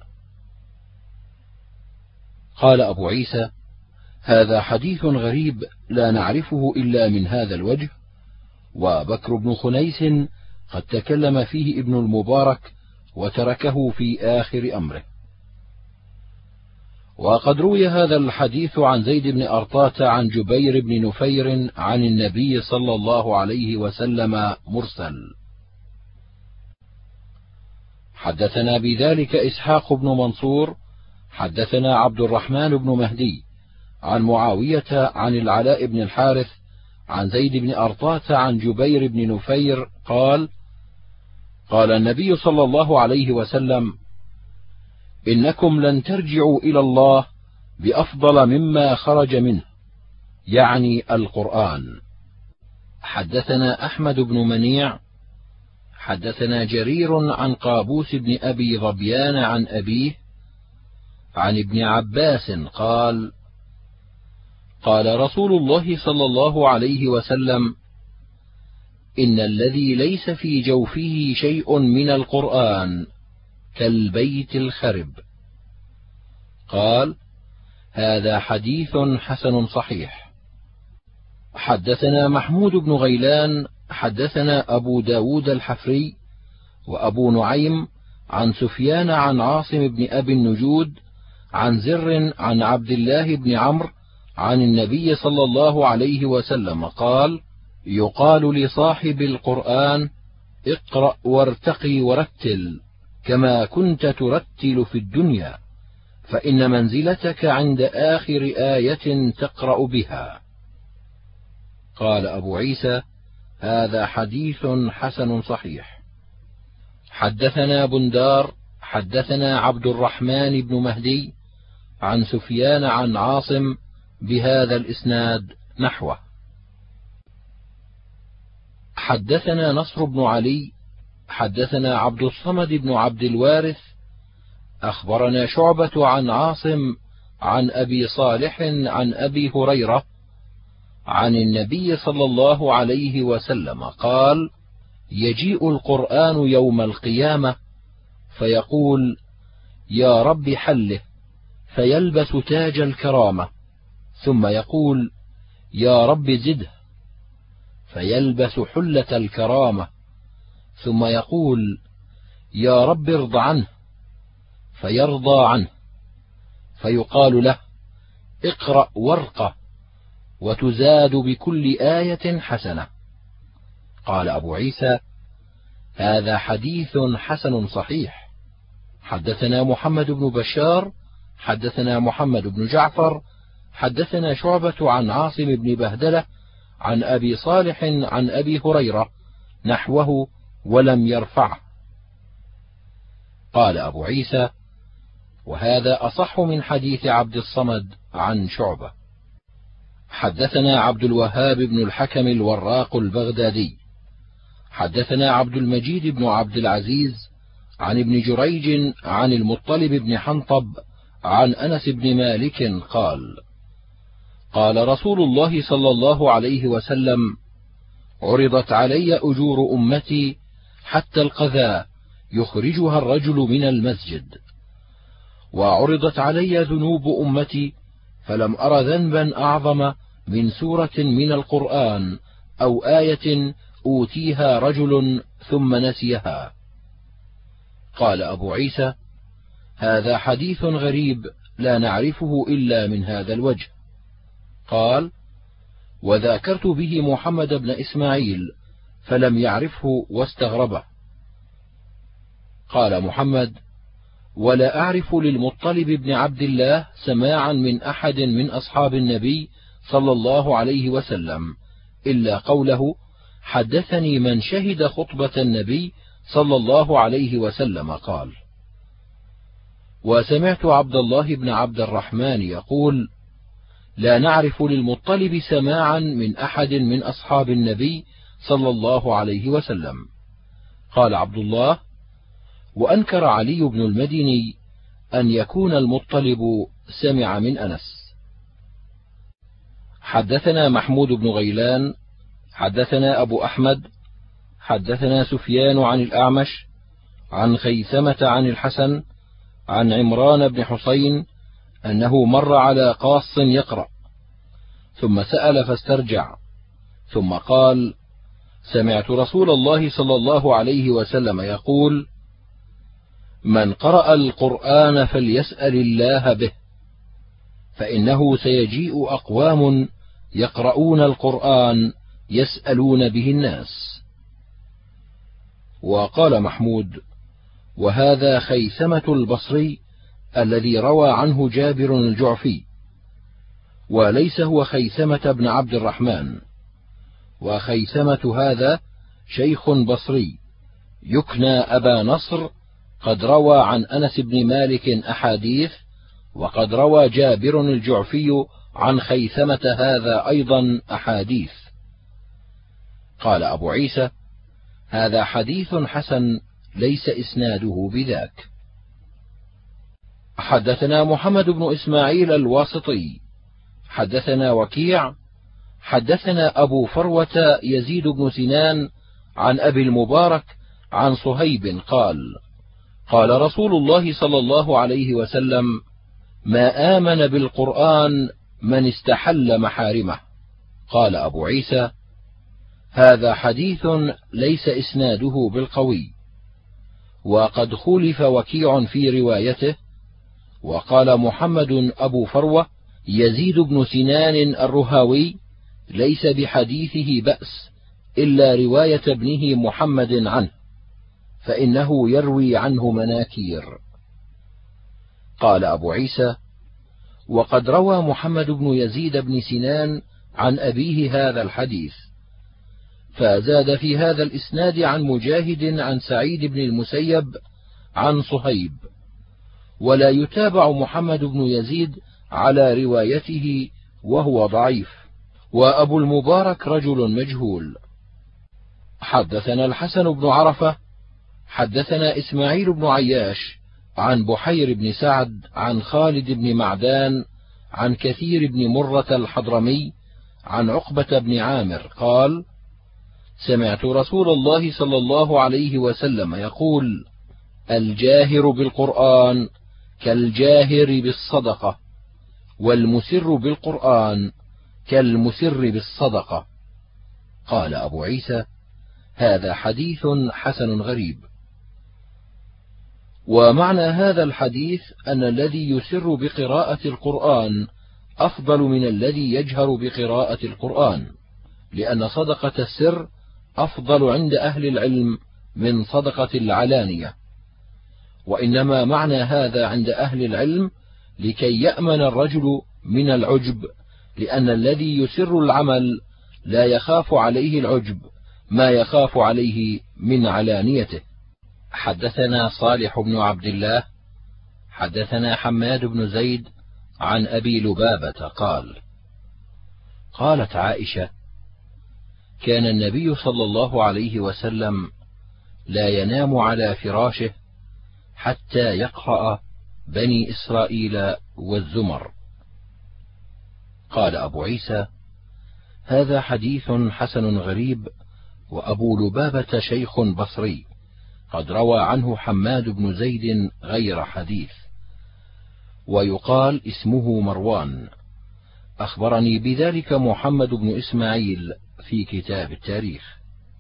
A: قال أبو عيسى: هذا حديث غريب لا نعرفه إلا من هذا الوجه، وبكر بن خنيس قد تكلم فيه ابن المبارك وتركه في آخر أمره. وقد روي هذا الحديث عن زيد بن أرطاة عن جبير بن نفير عن النبي صلى الله عليه وسلم مرسل. حدثنا بذلك إسحاق بن منصور حدثنا عبد الرحمن بن مهدي عن معاوية عن العلاء بن الحارث عن زيد بن أرطاة عن جبير بن نفير قال: قال النبي صلى الله عليه وسلم: إنكم لن ترجعوا إلى الله بأفضل مما خرج منه، يعني القرآن. حدثنا أحمد بن منيع حدثنا جرير عن قابوس بن أبي ظبيان عن أبيه عن ابن عباس قال: قال رسول الله صلى الله عليه وسلم: إن الذي ليس في جوفه شيء من القرآن كالبيت الخرب. قال: هذا حديث حسن صحيح. حدثنا محمود بن غيلان حدثنا أبو داود الحفري وأبو نعيم عن سفيان عن عاصم بن أبي النجود عن زر عن عبد الله بن عمرو عن النبي صلى الله عليه وسلم قال: يقال لصاحب القرآن: اقرأ وارتقي ورتل كما كنت ترتل في الدنيا، فإن منزلتك عند آخر آية تقرأ بها. قال أبو عيسى: هذا حديث حسن صحيح. حدثنا بندار حدثنا عبد الرحمن بن مهدي عن سفيان عن عاصم بهذا الإسناد نحوه. حدثنا نصر بن علي حدثنا عبد الصمد بن عبد الوارث أخبرنا شعبة عن عاصم عن أبي صالح عن أبي هريرة عن النبي صلى الله عليه وسلم قال: يجيء القرآن يوم القيامة فيقول: يا رب حله، فيلبس تاج الكرامة، ثم يقول: يا رب زده، فيلبس حلة الكرامة، ثم يقول: يا رب ارض عنه، فيرضى عنه، فيقال له: اقرأ وارقه، وتزاد بكل آية حسنة. قال أبو عيسى: هذا حديث حسن صحيح. حدثنا محمد بن بشار حدثنا محمد بن جعفر حدثنا شعبة عن عاصم بن بهدلة عن أبي صالح عن أبي هريرة نحوه ولم يرفعه. قال أبو عيسى: وهذا أصح من حديث عبد الصمد عن شعبة. حدثنا عبد الوهاب بن الحكم الوراق البغدادي حدثنا عبد المجيد بن عبد العزيز عن ابن جريج عن المطلب بن حنطب عن أنس بن مالك قال: قال رسول الله صلى الله عليه وسلم: عرضت علي أجور أمتي حتى القذى يخرجها الرجل من المسجد، وعرضت علي ذنوب أمتي فلم أر ذنبا أعظم من سورة من القرآن أو آية أوتيها رجل ثم نسيها. قال أبو عيسى: هذا حديث غريب لا نعرفه إلا من هذا الوجه. قال: وذاكرت به محمد بن إسماعيل فلم يعرفه واستغربه. قال محمد: ولا أعرف للمطلب بن عبد الله سماعا من أحد من أصحاب النبي صلى الله عليه وسلم إلا قوله: حدثني من شهد خطبة النبي صلى الله عليه وسلم قال. وسمعت عبد الله بن عبد الرحمن يقول: لا نعرف للمطلب سماعا من أحد من أصحاب النبي صلى الله عليه وسلم. قال عبد الله: وأنكر علي بن المديني أن يكون المطلب سمع من أنس. حدثنا محمود بن غيلان حدثنا أبو أحمد حدثنا سفيان عن الأعمش عن خيثمة عن الحسن عن عمران بن حسين أنه مر على قاص يقرأ، ثم سأل فاسترجع، ثم قال: سمعت رسول الله صلى الله عليه وسلم يقول: من قرأ القرآن فليسأل الله به، فإنه سيجيء أقوام يقرؤون القرآن يسألون به الناس. وقال محمود: وهذا خيثمة البصري الذي روى عنه جابر الجعفي، وليس هو خيثمة بن عبد الرحمن، وخيثمة هذا شيخ بصري يكنى أبا نصر، قد روى عن أنس بن مالك أحاديث، وقد روى جابر الجعفي عن خيثمة هذا أيضا أحاديث. قال أبو عيسى: هذا حديث حسن ليس إسناده بذاك. حدثنا محمد بن إسماعيل الواسطي حدثنا وكيع حدثنا أبو فروة يزيد بن سنان عن أبي المبارك عن صهيب قال: قال رسول الله صلى الله عليه وسلم: ما آمن بالقرآن من استحل محارمه. قال أبو عيسى: هذا حديث ليس إسناده بالقوي، وقد خولف وكيع في روايته. وقال محمد أبو فروة يزيد بن سنان الرهاوي: ليس بحديثه بأس إلا رواية ابنه محمد عنه، فإنه يروي عنه مناكير. قال أبو عيسى: وقد روى محمد بن يزيد بن سنان عن أبيه هذا الحديث، فزاد في هذا الإسناد عن مجاهد عن سعيد بن المسيب عن صهيب، ولا يتابع محمد بن يزيد على روايته وهو ضعيف، وأبو المبارك رجل مجهول. حدثنا الحسن بن عرفة حدثنا إسماعيل بن عياش عن بحير بن سعد عن خالد بن معدان عن كثير بن مرة الحضرمي عن عقبة بن عامر قال: سمعت رسول الله صلى الله عليه وسلم يقول: الجاهر بالقرآن كالجاهر بالصدقة، والمسر بالقرآن كالمسر بالصدقة. قال أبو عيسى: هذا حديث حسن غريب. ومعنى هذا الحديث أن الذي يسر بقراءة القرآن أفضل من الذي يجهر بقراءة القرآن، لأن صدقة السر أفضل عند أهل العلم من صدقة العلانية. وإنما معنى هذا عند أهل العلم لكي يأمن الرجل من العجب، لأن الذي يسر العمل لا يخاف عليه العجب ما يخاف عليه من علانيته. حدثنا صالح بن عبد الله حدثنا حماد بن زيد عن أبي لبابة قال: قالت عائشة: كان النبي صلى الله عليه وسلم لا ينام على فراشه حتى يقرأ بني إسرائيل والزمر. قال أبو عيسى: هذا حديث حسن غريب، وأبو لبابة شيخ بصري قد روى عنه حماد بن زيد غير حديث. ويقال اسمه مروان. أخبرني بذلك محمد بن إسماعيل في كتاب التاريخ.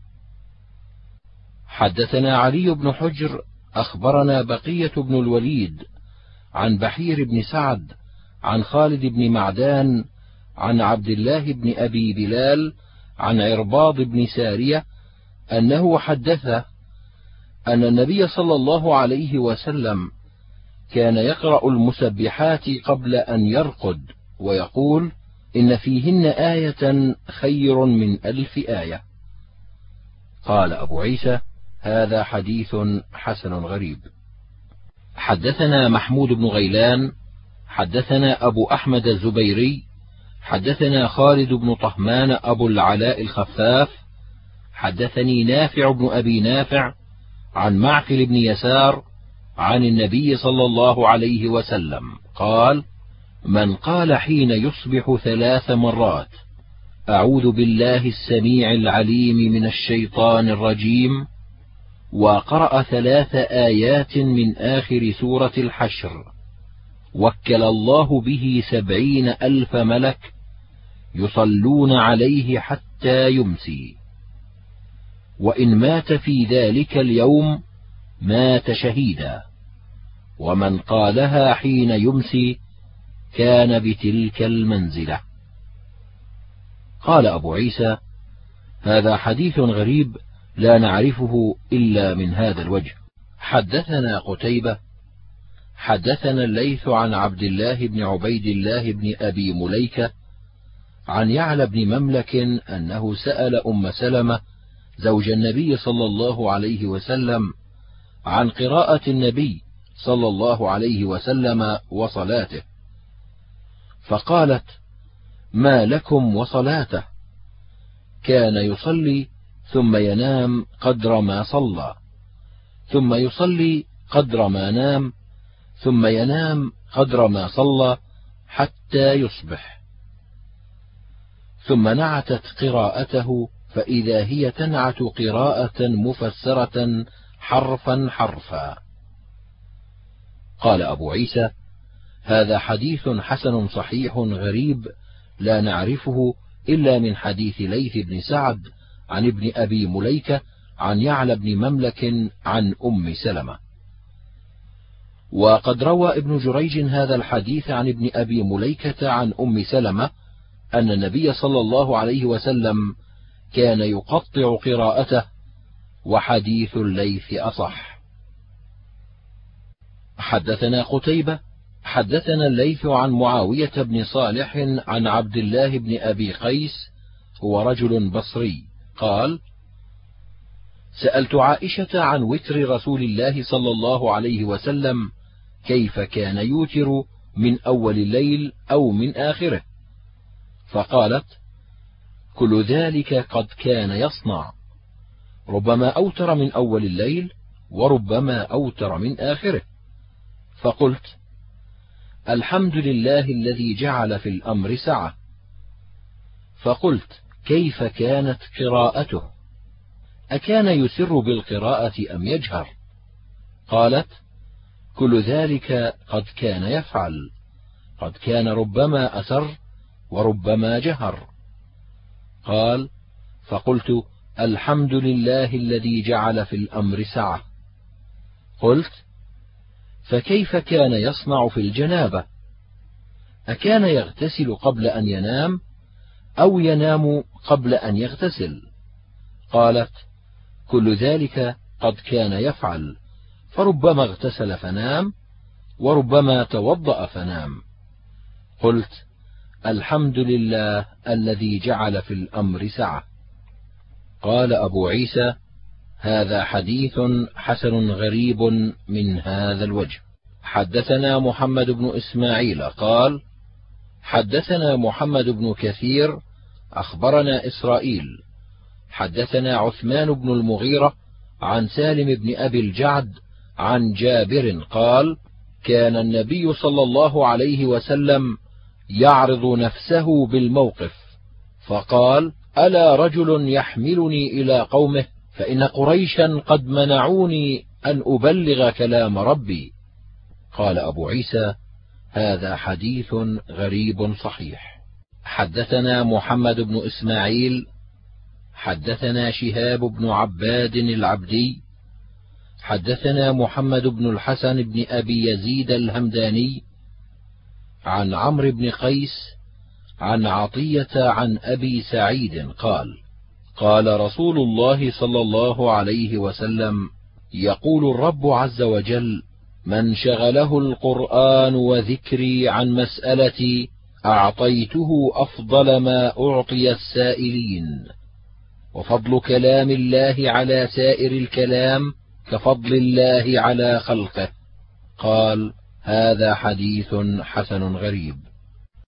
A: حدثنا علي بن حجر أخبرنا بقية بن الوليد عن بحير بن سعد عن خالد بن معدان عن عبد الله بن أبي بلال عن عرباض بن سارية أنه حدثه أن النبي صلى الله عليه وسلم كان يقرأ المسبحات قبل أن يرقد ويقول: إن فيهن آية خير من ألف آية. قال أبو عيسى: هذا حديث حسن غريب. حدثنا محمود بن غيلان حدثنا أبو أحمد الزبيري حدثنا خالد بن طهمان أبو العلاء الخفاف حدثني نافع بن أبي نافع عن معقل بن يسار عن النبي صلى الله عليه وسلم قال: من قال حين يصبح ثلاث مرات: أعوذ بالله السميع العليم من الشيطان الرجيم، وقرأ ثلاث آيات من آخر سورة الحشر، وكل الله به سبعين ألف ملك يصلون عليه حتى يمسي، وإن مات في ذلك اليوم مات شهيدا، ومن قالها حين يمسي كان بتلك المنزلة. قال أبو عيسى: هذا حديث غريب لا نعرفه إلا من هذا الوجه. حدثنا قتيبة حدثنا الليث عن عبد الله بن عبيد الله بن أبي مليكة عن يعلى بن مملك أنه سأل أم سلمة زوج النبي صلى الله عليه وسلم عن قراءة النبي صلى الله عليه وسلم وصلاته، فقالت: ما لكم وصلاته؟ كان يصلي ثم ينام قدر ما صلى، ثم يصلي قدر ما نام، ثم ينام قدر ما صلى حتى يصبح. ثم نعتت قراءته فإذا هي تنعت قراءة مفسرة حرفا حرفا. قال أبو عيسى: هذا حديث حسن صحيح غريب لا نعرفه إلا من حديث ليث بن سعد عن ابن أبي مليكة عن يعلى بن مملك عن أم سلمة. وقد روى ابن جريج هذا الحديث عن ابن أبي مليكة عن أم سلمة أن النبي صلى الله عليه وسلم كان يقطع قراءته، وحديث الليث أصح. حدثنا قتيبة حدثنا الليث عن معاوية بن صالح عن عبد الله بن أبي قيس هو رجل بصري قال: سألت عائشة عن وتر رسول الله صلى الله عليه وسلم كيف كان يوتر من أول الليل أو من آخره، فقالت: كل ذلك قد كان يصنع، ربما أوتر من أول الليل وربما أوتر من آخره. فقلت: الحمد لله الذي جعل في الأمر سعة. فقلت: كيف كانت قراءته؟ أكان يسر بالقراءة أم يجهر؟ قالت: كل ذلك قد كان يفعل، قد كان ربما أسر وربما جهر. قال: فقلت: الحمد لله الذي جعل في الأمر سعة. قلت: فكيف كان يصنع في الجنابة؟ أكان يغتسل قبل أن ينام أو ينام قبل أن يغتسل؟ قالت: كل ذلك قد كان يفعل، فربما اغتسل فنام وربما توضأ فنام. قلت: الحمد لله الذي جعل في الأمر سعة. قال أبو عيسى: هذا حديث حسن غريب من هذا الوجه. حدثنا محمد بن إسماعيل قال: حدثنا محمد بن كثير أخبرنا إسرائيل حدثنا عثمان بن المغيرة عن سالم بن أبي الجعد عن جابر قال: كان النبي صلى الله عليه وسلم يعرض نفسه بالموقف، فقال: ألا رجل يحملني إلى قومه، فإن قريشا قد منعوني أن أبلغ كلام ربي. قال أبو عيسى: هذا حديث غريب صحيح. حدثنا محمد بن إسماعيل حدثنا شهاب بن عباد العبدي حدثنا محمد بن الحسن بن أبي يزيد الهمداني عن عمرو بن قيس عن عطية عن أبي سعيد قال: قال رسول الله صلى الله عليه وسلم: يقول الرب عز وجل: من شغله القرآن وذكري عن مسألتي أعطيته أفضل ما أعطي السائلين. وفضل كلام الله على سائر الكلام كفضل الله على خلقه. قال: هذا حديث حسن غريب.